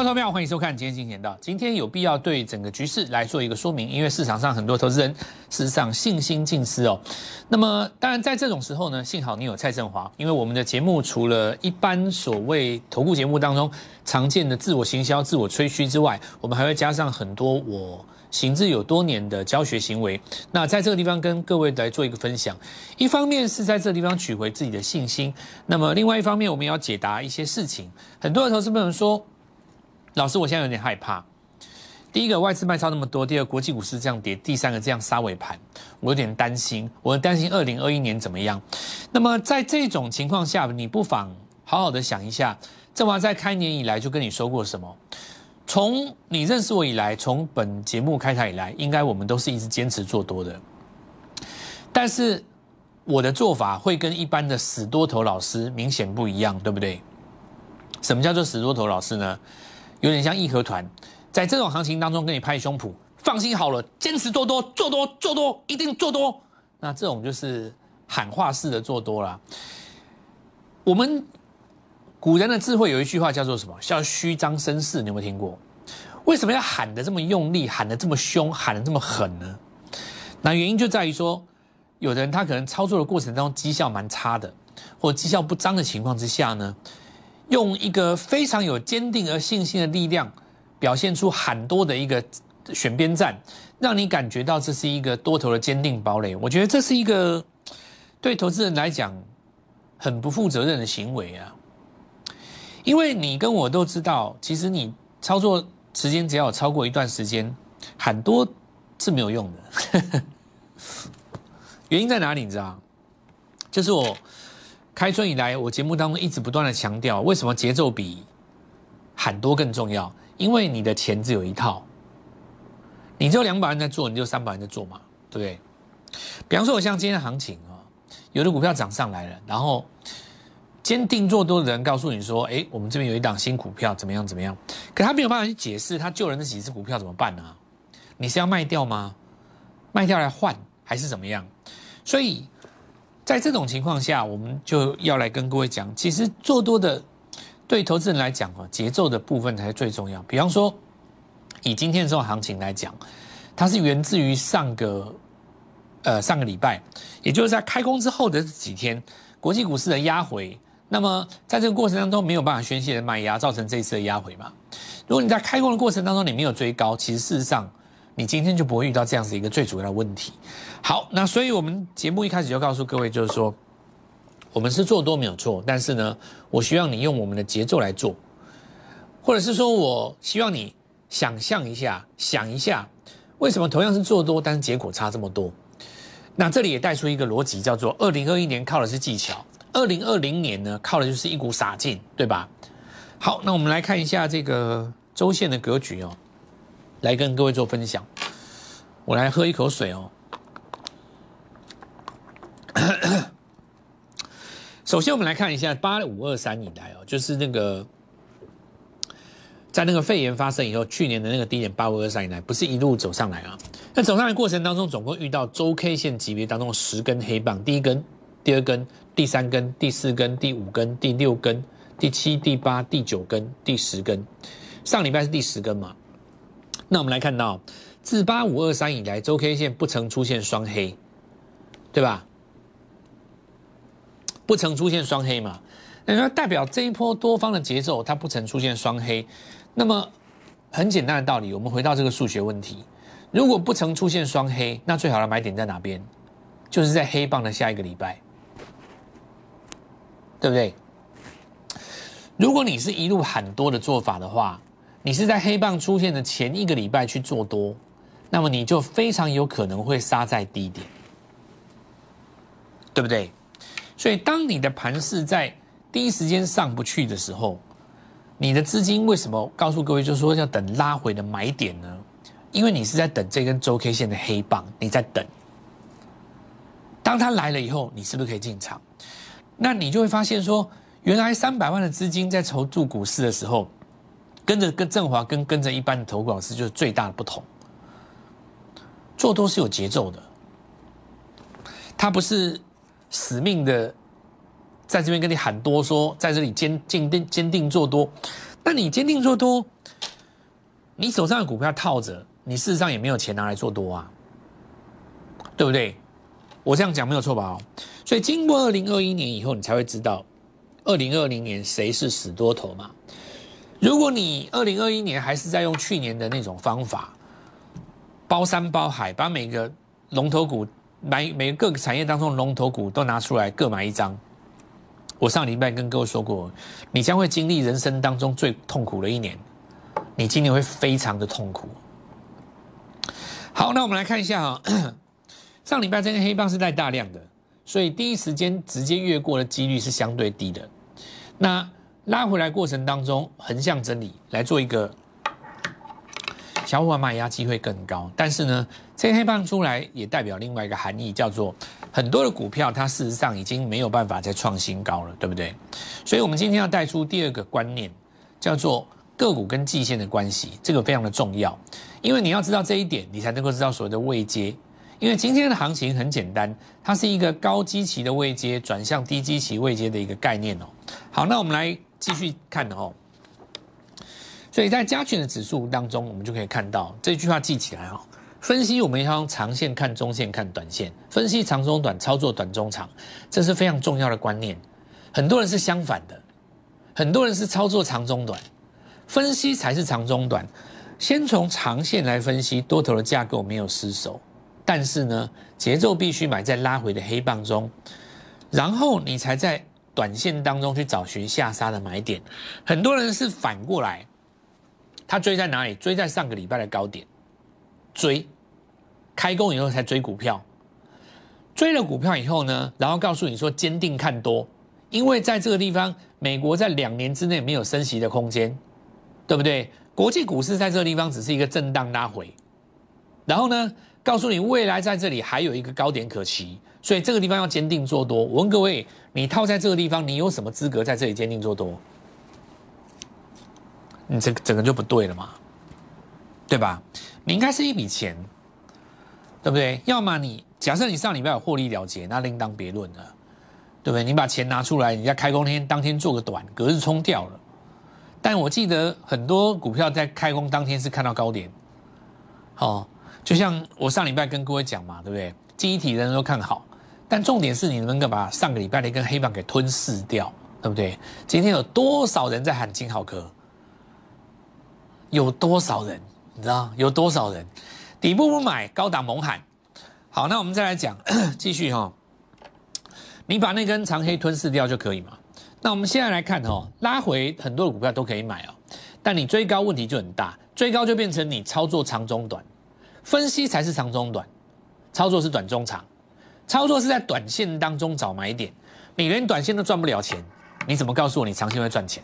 投票，欢迎收看今天金钱道。今天有必要对整个局势来做一个说明，因为市场上很多投资人事实上信心尽失哦。那么当然在这种时候呢，幸好你有蔡振华，因为我们的节目除了一般所谓投顾节目当中常见的自我行销、自我吹嘘之外，我们还会加上很多我行之有多年的教学行为。那在这个地方跟各位来做一个分享，一方面是在这个地方取回自己的信心，那么另外一方面我们要解答一些事情。很多的投资朋友说，老师，我现在有点害怕。第一个，外资卖超那么多；第二，国际股市这样跌；第三个，这样杀尾盘，我有点担心。我很担心2021年怎么样。那么在这种情况下，你不妨好好的想一下，振华在开年以来就跟你说过什么？从你认识我以来，从本节目开台以来，应该我们都是一直坚持做多的。但是我的做法会跟一般的死多头老师明显不一样，对不对？什么叫做死多头老师呢？有点像义和团，在这种行情当中跟你拍胸脯，放心好了，坚持做多，做多，做多，一定做多。那这种就是喊话式的做多啦。我们古人的智慧有一句话叫做什么？叫虚张声势，你有没有听过？为什么要喊得这么用力，喊得这么凶，喊得这么狠呢？那原因就在于说，有的人他可能操作的过程当中绩效蛮差的，或绩效不彰的情况之下呢，用一个非常有坚定而信心的力量，表现出喊多的一个选边站，让你感觉到这是一个多头的坚定堡垒。我觉得这是一个对投资人来讲很不负责任的行为啊！因为你跟我都知道，其实你操作时间只要有超过一段时间，喊多是没有用的。原因在哪里？你知道？就是我开春以来，我节目当中一直不断的强调，为什么节奏比喊多更重要？因为你的钱只有一套，你只有200万在做，你就300万在做嘛，对不对？比方说，我像今天的行情啊，有的股票涨上来了，然后坚定做多的人告诉你说，哎，我们这边有一档新股票，怎么样怎么样？可他没有办法去解释他救人的几只股票怎么办呢？你是要卖掉吗？卖掉来换还是怎么样？所以在这种情况下，我们就要来跟各位讲，其实做多的对投资人来讲，节奏的部分才是最重要。比方说，以今天的这种行情来讲，它是源自于上个礼拜，也就是在开工之后的这几天，国际股市的压回。那么在这个过程当中没有办法宣泄的卖压，造成这一次的压回嘛。如果你在开工的过程当中你没有追高，其实事实上你今天就不会遇到这样子一个最主要的问题。好，那所以我们节目一开始就告诉各位，就是说我们是做多没有错，但是呢，我希望你用我们的节奏来做，或者是说我希望你想象一下，想一下为什么同样是做多，但是结果差这么多。那这里也带出一个逻辑，叫做2021年靠的是技巧，2020年呢靠的就是一股傻劲，对吧？好，那我们来看一下这个周线的格局哦，来跟各位做分享。我来喝一口水哦。首先我们来看一下8523以来哦，就是那个在那个肺炎发生以后，去年的那个低点8523以来，不是一路走上来啊？那走上来的过程当中，总共遇到周 K 线级别当中10根黑棒，第一根、第二根、第3根、第4根、第5根、第6根、第7、第8、第9根、第10根，上礼拜是第10根嘛？那我们来看到，自8523以来，周 K 线不曾出现双黑，对吧？不曾出现双黑嘛，那代表这一波多方的节奏它不曾出现双黑。那么很简单的道理，我们回到这个数学问题，如果不曾出现双黑，那最好的买点在哪边？就是在黑棒的下一个礼拜，对不对？如果你是一路喊多的做法的话，你是在黑棒出现的前一个礼拜去做多，那么你就非常有可能会杀在低点，对不对？所以当你的盘势在第一时间上不去的时候，你的资金为什么告诉各位就是说要等拉回的买点呢？因为你是在等这根周 K 线的黑棒，你在等。当它来了以后，你是不是可以进场？那你就会发现说，原来300万的资金在投注股市的时候，跟振华跟着一般的投顾老师就是最大的不同。做多是有节奏的，它不是死命的在这边跟你喊多说，在这里坚定做多。那你坚定做多， 你手上的股票套着，你事实上也没有钱拿来做多啊，对不对？我这样讲没有错吧？所以经过2021年以后，你才会知道2020年谁是死多头嘛。如果你2021年还是在用去年的那种方法，包山包海，把每个龙头股每个各个产业当中的龙头股都拿出来各买一张。我上礼拜跟各位说过，你将会经历人生当中最痛苦的一年，你今年会非常的痛苦。好，那我们来看一下啊，上礼拜这根黑棒是带大量的，所以第一时间直接越过的几率是相对低的。那拉回来过程当中，横向整理来做一个小伙伴买压机会更高，但是呢，这黑棒出来也代表另外一个含义，叫做很多的股票它事实上已经没有办法再创新高了，对不对？所以我们今天要带出第二个观念，叫做个股跟季线的关系，这个非常的重要，因为你要知道这一点，你才能够知道所谓的位阶。因为今天的行情很简单，它是一个高基期的位阶转向低基期位阶的一个概念哦。好，那我们来继续看哦。所以在加权的指数当中，我们就可以看到这句话记起来哦。分析我们要用长线看中线看短线，分析长中短，操作短中长，这是非常重要的观念。很多人是相反的，很多人是操作长中短，分析才是长中短。先从长线来分析，多头的架构没有失守，但是呢，节奏必须买在拉回的黑棒中，然后你才在短线当中去找寻下杀的买点。很多人是反过来，他追在哪里？追在上个礼拜的高点，追开工以后才追股票，追了股票以后呢，然后告诉你说坚定看多，因为在这个地方，美国在2年之内没有升息的空间，对不对？国际股市在这个地方只是一个震荡拉回，然后呢，告诉你未来在这里还有一个高点可期，所以这个地方要坚定做多。我问各位，你套在这个地方，你有什么资格在这里坚定做多？你这整个就不对了嘛，对吧？你应该是一笔钱，对不对？要么你假设你上礼拜有获利了结，那另当别论了，对不对？你把钱拿出来，你在开工天当天做个短，隔日冲掉了。但我记得很多股票在开工当天是看到高点，哦，就像我上礼拜跟各位讲嘛，对不对？记忆体人都看好，但重点是你能够把上个礼拜的一根黑棒给吞噬掉，对不对？今天有多少人在喊金豪科？有多少人？你知道有多少人？底部不买，高档猛喊。好，那我们再来讲，继续哈、哦，你把那根长黑吞噬掉就可以嘛。那我们现在来看哦，拉回很多的股票都可以买哦，但你追高问题就很大，追高就变成你操作长中短，分析才是长中短，操作是短中长，操作是在短线当中找买点，你连短线都赚不了钱，你怎么告诉我你长线会赚钱？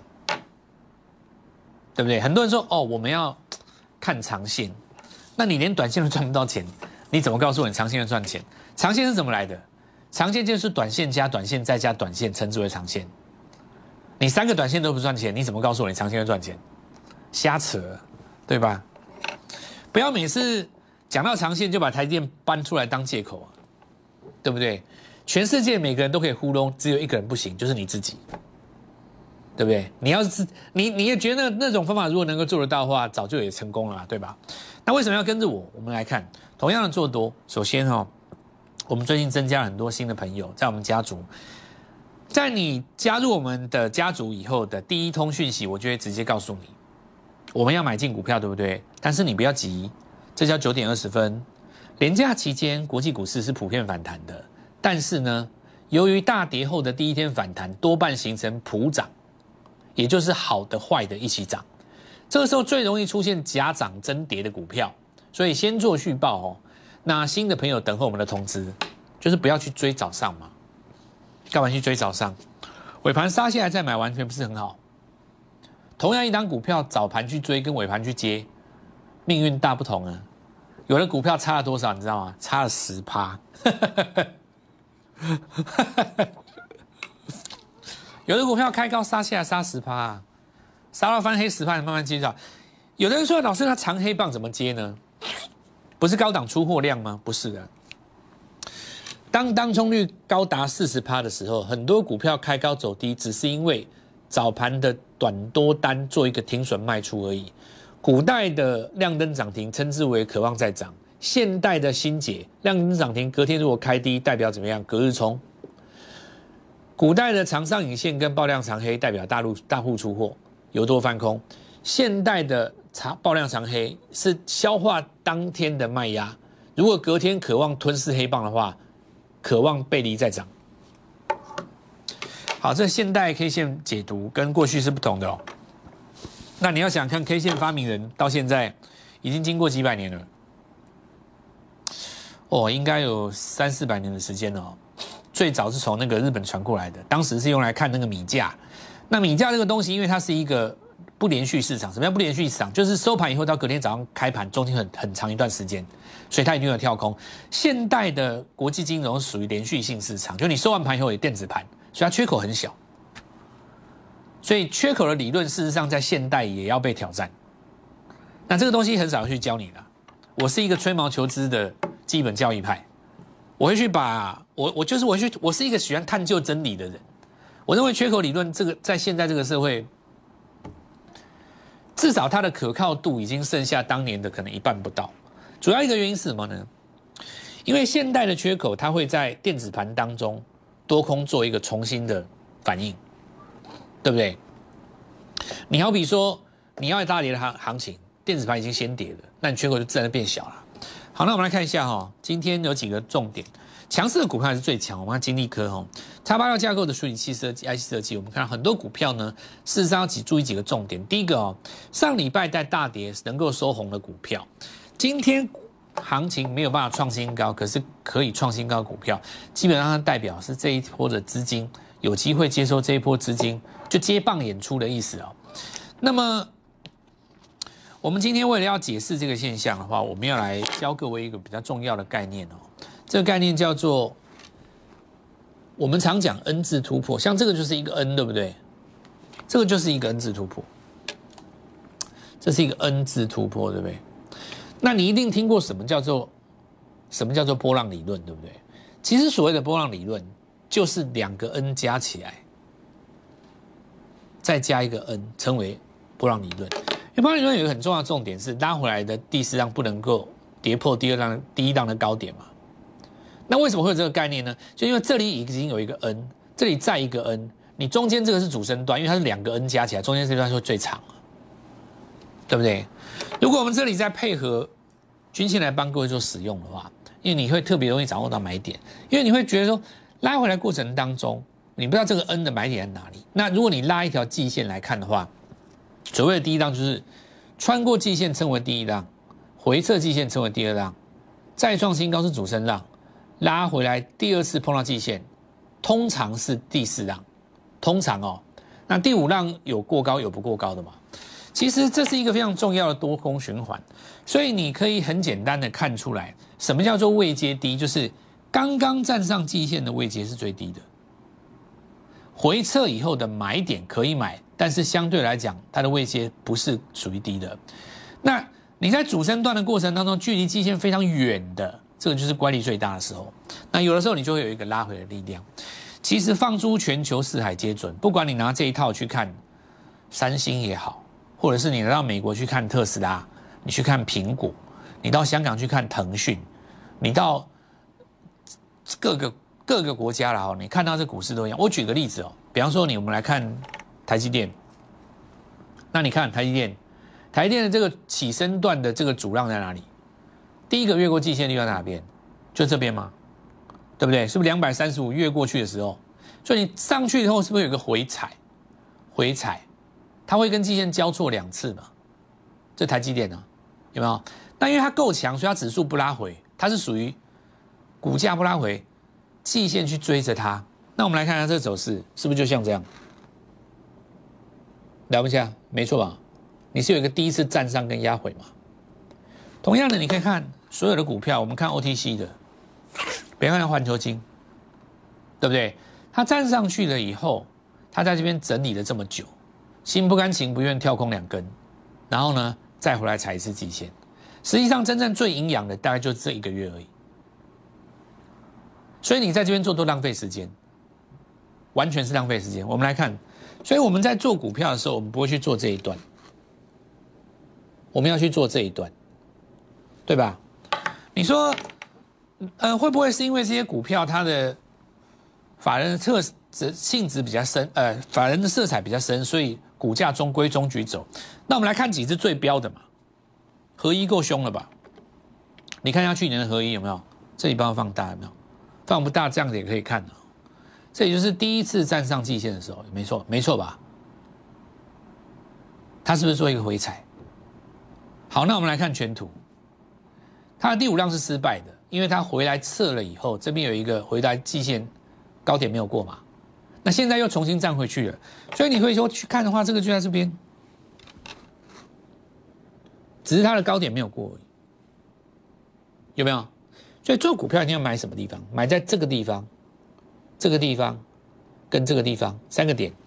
对不对？很多人说哦，我们要看长线，那你连短线都赚不到钱，你怎么告诉我你长线会赚钱？长线是怎么来的？长线就是短线加短线再加短线，称之为长线。你3个短线都不赚钱，你怎么告诉我你长线会赚钱？瞎扯，对吧？不要每次讲到长线就把台积电搬出来当借口啊，对不对？全世界每个人都可以糊弄，只有一个人不行，就是你自己，对不对？你要是你也觉得那种方法如果能够做得到的话，早就也成功了啦，对吧？那为什么要跟着我？我们来看，同样的做多，首先哦，我们最近增加了很多新的朋友在我们家族。在你加入我们的家族以后的第一通讯息，我就会直接告诉你，我们要买进股票，对不对？但是你不要急，这叫9点20分。连假期间，国际股市是普遍反弹的，但是呢，由于大跌后的第一天反弹多半形成普涨，也就是好的坏的一起涨。这个时候最容易出现假涨真跌的股票，所以先做续报哦。那新的朋友等候我们的通知，就是不要去追早上嘛。干嘛去追早上？尾盘杀下来再买，完全不是很好。同样一档股票，早盘去追跟尾盘去接，命运大不同啊！有的股票差了多少，你知道吗？差了10%。有的股票开高杀下来杀10%啊，杀到翻黑10%，慢慢接上。有的人说，老师，他长黑棒怎么接呢？不是高档出货量吗？不是的。当冲率高达40%的时候，很多股票开高走低，只是因为早盘的短多单做一个停损卖出而已。 古代的亮灯涨停称之为渴望再涨，现代的新解亮灯涨停隔天如果开低，代表怎么样？隔日冲。古代的长上影线跟爆量长黑代表大户出货，由多翻空。现代的爆量长黑是消化当天的卖压，如果隔天渴望吞噬黑棒的话，渴望背离再涨。好，这现代 K 线解读跟过去是不同的哦。那你要想看 K 线发明人到现在已经经过几百年了，哦，应该有300-400年的时间了哦。最早是从那个日本传过来的，当时是用来看那个米价。那米价这个东西，因为它是一个不连续市场，什么叫不连续市场？就是收盘以后到隔天早上开盘，中间很长一段时间，所以它一定有跳空。现代的国际金融属于连续性市场，就你收完盘以后有电子盘，所以它缺口很小。所以缺口的理论事实上在现代也要被挑战。那这个东西很少去教你的。我是一个吹毛求疵的基本教义派，我会去把我是一个喜欢探究真理的人。我认为缺口理论这个在现在这个社会，至少它的可靠度已经剩下当年的可能一半不到。主要一个原因是什么呢？因为现代的缺口它会在电子盘当中多空做一个重新的反应。对不对？你好比说你要大跌的行情，电子盘已经先跌了，那你缺口就自然变小了。好，那我们来看一下哈，今天有几个重点，强势的股票还是最强。我们看金立科哈，X86架构的处理器设计、IC 设计，我们看到很多股票呢，事实上要注意几个重点。第一个哦，上礼拜在大跌能够收红的股票，今天行情没有办法创新高，可是可以创新高的股票，基本上它代表是这一波的资金有机会接收这一波资金。就接棒演出的意思哦。那么，我们今天为了要解释这个现象的话，我们要来教各位一个比较重要的概念哦。这个概念叫做我们常讲 N 字突破，像这个就是一个 N， 对不对？这个就是一个 N 字突破，这是一个 N 字突破，对不对？那你一定听过什么叫做波浪理论，对不对？其实所谓的波浪理论，就是2个 N 加起来。再加一个 N， 称为波浪理论。因为波浪理论有一个很重要的重点是，拉回来的第4浪不能够跌破第一浪的高点嘛。那为什么会有这个概念呢？就因为这里已经有一个 N， 这里再一个 N， 你中间这个是主升段，因为它是2个 N 加起来，中间这段会最长，对不对？如果我们这里再配合均线来帮各位做使用的话，因为你会特别容易掌握到买点，因为你会觉得说拉回来过程当中。你不知道这个 N 的买点在哪里。那如果你拉一条季线来看的话，所谓的第一浪就是穿过季线称为第一浪，回撤季线称为第2浪，再创新高是主升浪，拉回来第2次碰到季线，通常是第4浪，通常哦。那第5浪有过高有不过高的嘛？其实这是一个非常重要的多空循环，所以你可以很简单的看出来，什么叫做位阶低，就是刚刚站上季线的位阶是最低的。回撤以后的买点可以买，但是相对来讲，它的位阶不是属于低的。那你在主升段的过程当中，距离季线非常远的，这个就是乖离最大的时候。那有的时候你就会有一个拉回的力量。其实放诸全球四海皆准，不管你拿这一套去看三星也好，或者是你到美国去看特斯拉，你去看苹果，你到香港去看腾讯，你到各个国家啦，你看到这股市都一样。我举个例子哦，比方说我们来看台积电，那你看台积电的这个起升段的这个主浪在哪里？第一个越过季线的地方在哪边？就这边吗？对不对？是不是235越过去的时候？所以你上去以后是不是有一个回踩？它会跟季线交错2次嘛？这台积电啊，有没有？那因为它够强，所以它指数不拉回，它是属于股价不拉回。季线去追着它，那我们来看看这个走势是不是就像这样？了不起啊，没错吧？你是有一个第一次站上跟压回嘛？同样的，你可以看所有的股票，我们看 OTC 的，别看环球金，对不对？它站上去了以后，它在这边整理了这么久，心不甘情不愿跳空2根，然后呢再回来踩一次季线。实际上，真正最营养的大概就这1个月而已。所以你在这边做都浪费时间，完全是浪费时间。我们来看，所以我们在做股票的时候，我们不会去做这一段。 我们要去做这一段，对吧？你说，会不会是因为这些股票它的法人的性质比较深，法人的色彩比较深，所以股价中规中矩走？那我们来看几只最标的嘛，合一够凶了吧？你看一下去年的合一有没有？这里帮我放大有没有？放不大这样子也可以看的。这也就是第一次站上季线的时候，没错，没错吧？它是不是做一个回踩？好，那我们来看全图，它的第5浪是失败的，因为它回来测了以后，这边有一个回来季线高点没有过嘛，那现在又重新站回去了，所以你会说去看的话，这个就在这边，只是它的高点没有过而已，有没有？所以做股票一定要买什么地方？买在这个地方。这个地方跟这个地方3个点，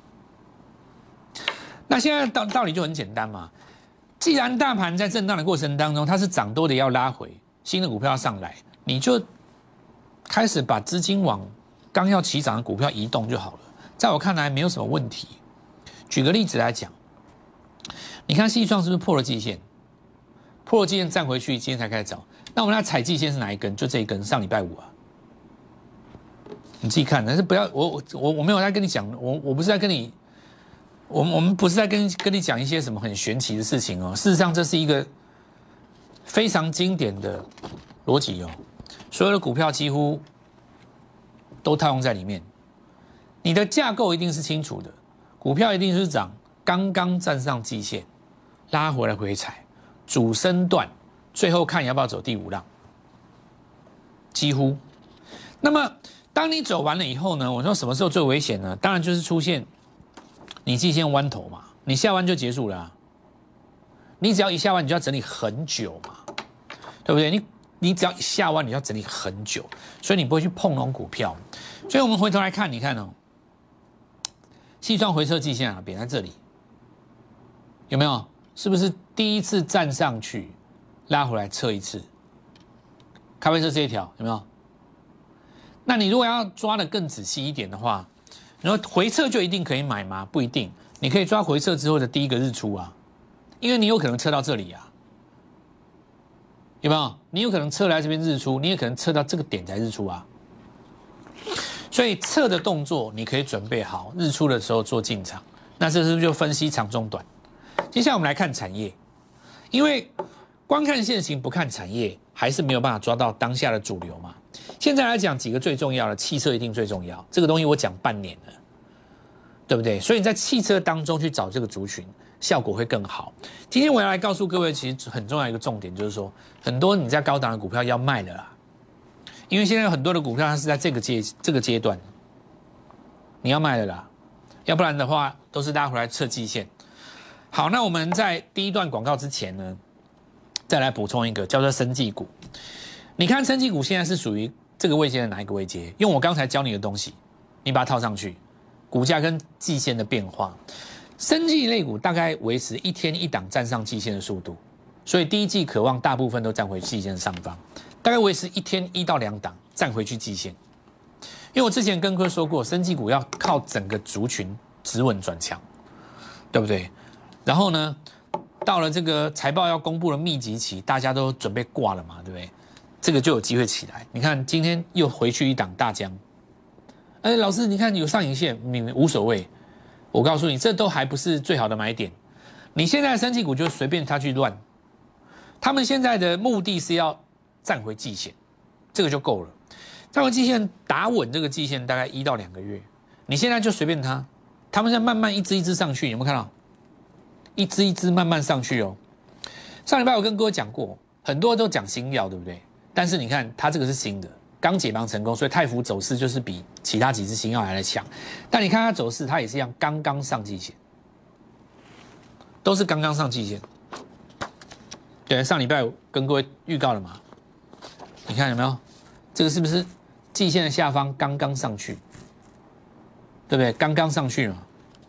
那现在道理就很简单嘛。既然大盘在震荡的过程当中，它是涨多的要拉回，新的股票要上来，你就开始把资金往刚要起涨的股票移动就好了。在我看来没有什么问题。举个例子来讲，你看矽创是不是破了季线？破了季线站回去，今天才开始涨。那我们来踩季线是哪一根？就这一根，上礼拜5啊。你自己看，但是不要我没有在跟你讲，我不是在跟你，我们不是在跟你讲一些什么很玄奇的事情哦。事实上，这是一个非常经典的逻辑哦，所有的股票几乎都套用在里面。你的架构一定是清楚的，股票一定是涨，刚刚站上季线，拉回来回踩，主升段，最后看要不要走第5浪，几乎。那么当你走完了以后呢？我说什么时候最危险呢？当然就是出现你季线弯头嘛，你下弯就结束了啊。你只要一下弯，你就要整理很久嘛，对不对？你只要一下弯，你就要整理很久，所以你不会去碰那种股票。所以我们回头来看，你看哦，矽创回撤季线哪边？在这里，有没有？是不是第一次站上去，拉回来测一次？咖啡色这一条有没有？那你如果要抓得更仔细一点的话，你说回撤就一定可以买吗？不一定，你可以抓回撤之后的第一个日出啊，因为你有可能测到这里啊，有没有？你有可能测来这边日出，你也可能测到这个点才日出啊。所以测的动作你可以准备好，日出的时候做进场。那这是不是就分析长中短？接下来我们来看产业，因为光看现行不看产业，还是没有办法抓到当下的主流嘛。现在来讲几个最重要的，汽车一定最重要，这个东西我讲半年了，对不对？所以你在汽车当中去找这个族群，效果会更好。今天我要来告诉各位，其实很重要一个重点就是说，很多你在高档的股票要卖了啦，因为现在有很多的股票它是在这个阶段，你要卖了啦，要不然的话都是拉回来测季线。好，那我们在第一段广告之前呢，再来补充一个叫做生技股。你看生技股现在是属于这个位阶的哪一个位阶？用我刚才教你的东西，你把它套上去，股价跟季线的变化，生技类股大概维持1天1档站上季线的速度，所以第一季渴望大部分都站回季线上方，大概维持1天1到2档站回去季线。因为我之前跟各位说过，生技股要靠整个族群止稳转强，对不对？然后呢，到了这个财报要公布的密集期，大家都准备挂了嘛，对不对？这个就有机会起来。你看今天又回去一档大江，老师，你看有上影线，你无所谓。我告诉你，这都还不是最好的买点。你现在的生技股就随便他去乱，他们现在的目的是要站回季线，这个就够了。站回季线打稳这个季线大概1到2个月，你现在就随便他们现在慢慢一只一只上去，有没有看到？一只一只慢慢上去哦。上礼拜我跟各位讲过，很多都讲新药，对不对？但是你看它这个是新的，刚解绑成功，所以泰福走势就是比其他几只新药来的强。但你看它走势，它也是一样，刚刚上季线，都是刚刚上季线。对，上礼拜跟各位预告了嘛？你看有没有？这个是不是季线的下方刚刚上去？对不对？刚刚上去嘛。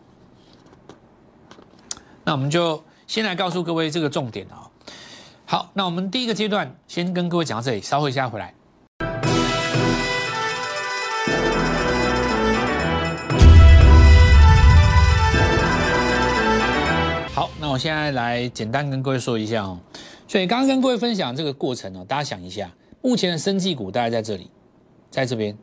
那我们就先来告诉各位这个重点啊。好，那我们第一个阶段先跟各位讲到这里，稍后一下回来。好，那我我现在来简单跟各位说一下哦。所以刚刚跟各位分享这个过程哦，大家想一下，目前的生技股大概在这里，在这边，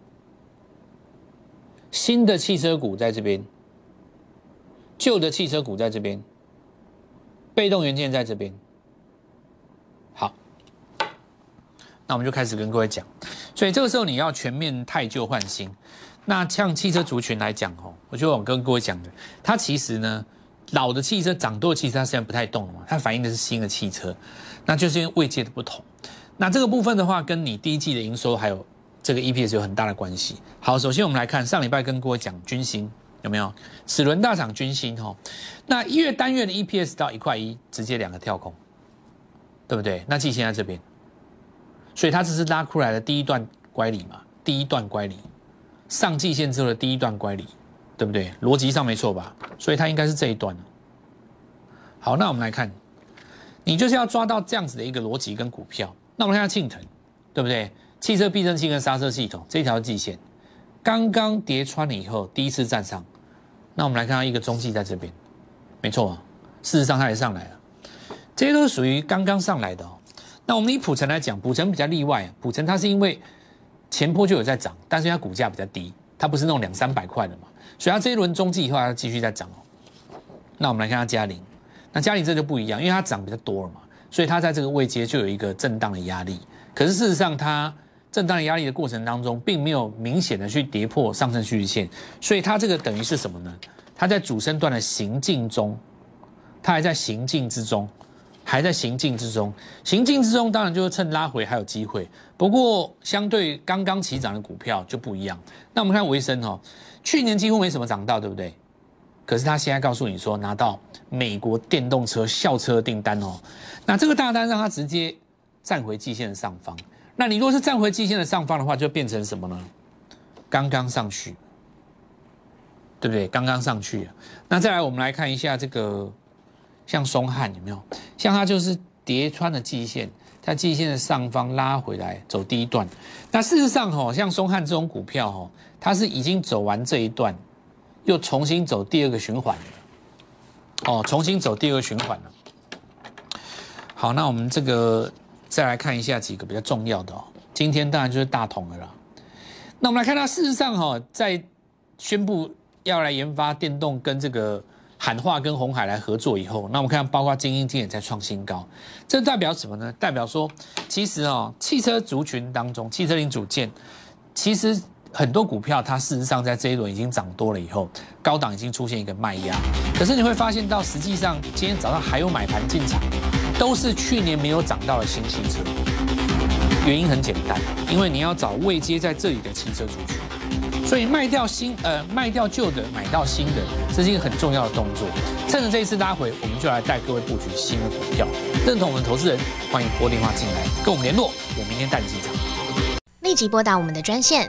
新的汽车股在这边，旧的汽车股在这边，被动元件在这边。好，那我们就开始跟各位讲。所以这个时候你要全面汰旧换新。那像汽车族群来讲哦，我就我跟各位讲的，它其实呢，老的汽车、涨多的汽车，它现在不太动了嘛，它反映的是新的汽车，那就是因为位阶的不同。那这个部分的话，跟你第一季的营收还有这个 EPS 有很大的关系。好，首先我们来看上礼拜跟各位讲军薪有没有？齿轮大厂军薪哦，那1月单月的 EPS 到1.1块，直接2个跳空，对不对？那季线在这边，所以它只是拉出来的第一段乖离嘛，第一段乖离。上季线之后的第一段乖离，对不对？逻辑上没错吧？所以它应该是这一段。好，那我们来看，你就是要抓到这样子的一个逻辑跟股票。那我们看下庆腾，对不对？汽车避震器跟刹车系统这条季线刚刚跌穿了以后，第一次站上。那我们来看到一个中继在这边，没错啊。事实上它也上来了，这些都是属于刚刚上来的哦。那我们以普成来讲，普成比较例外，普成它是因为前波就有在涨，但是它股价比较低，它不是那种200-300块的嘛，所以它这一轮中继以后它继续在涨哦。那我们来看它嘉陵，那嘉陵这就不一样，因为它涨比较多了嘛，所以它在这个位阶就有一个震荡的压力。可是事实上，它震荡的压力的过程当中，并没有明显的去跌破上升趋势线，所以它这个等于是什么呢？它在主升段的行进中，它还在行进之中。还在行进之中，行进之中当然就是趁拉回还有机会，不过相对刚刚起涨的股票就不一样。那我们看维生哦，去年几乎没什么涨到，对不对？可是他现在告诉你说拿到美国电动车校车订单哦，那这个大单让他直接站回季线的上方。那你如果是站回季线的上方的话，就变成什么呢？刚刚上去，对不对？刚刚上去。那再来我们来看一下这个。像松汉有没有？像它就是跌穿了季线，在季线的上方拉回来走第一段。那事实上像松汉这种股票它是已经走完这一段，又重新走第二个循环了。重新走第二个循环了。好，那我们这个再来看一下几个比较重要的今天当然就是大同了啦。那我们来看它事实上在宣布要来研发电动跟这个。喊话跟鸿海来合作以后，那我们看包括精英今也在创新高，这代表什么呢？代表说，其实汽车族群当中，汽车零组件，其实很多股票它事实上在这一轮已经涨多了以后，高档已经出现一个卖压。可是你会发现到，实际上今天早上还有买盘进场，都是去年没有涨到的新汽车。原因很简单，因为你要找位阶在这里的汽车族群。所以卖掉旧的，买到新的，这是一个很重要的动作。趁着这一次拉回，我们就来带各位布局新的股票。认同我们的投资人，欢迎拨电话进来跟我们联络，我明天带你进场。 立即拨打我们的专线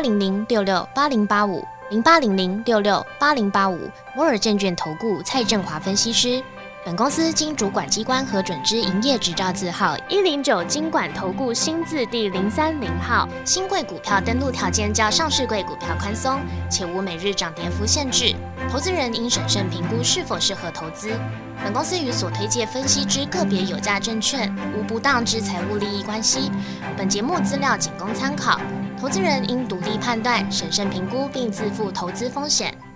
08006680850800668085摩尔证券投顾蔡正华分析师。本公司经主管机关核准之营业执照字号109金管投顾新字第030号。新贵股票登录条件较上市贵股票宽松，且无每日涨跌幅限制。投资人应审慎评估是否适合投资。本公司与所推介分析之个别有价证券无不当之财务利益关系。本节目资料仅供参考，投资人应独立判断、审慎评估并自负投资风险。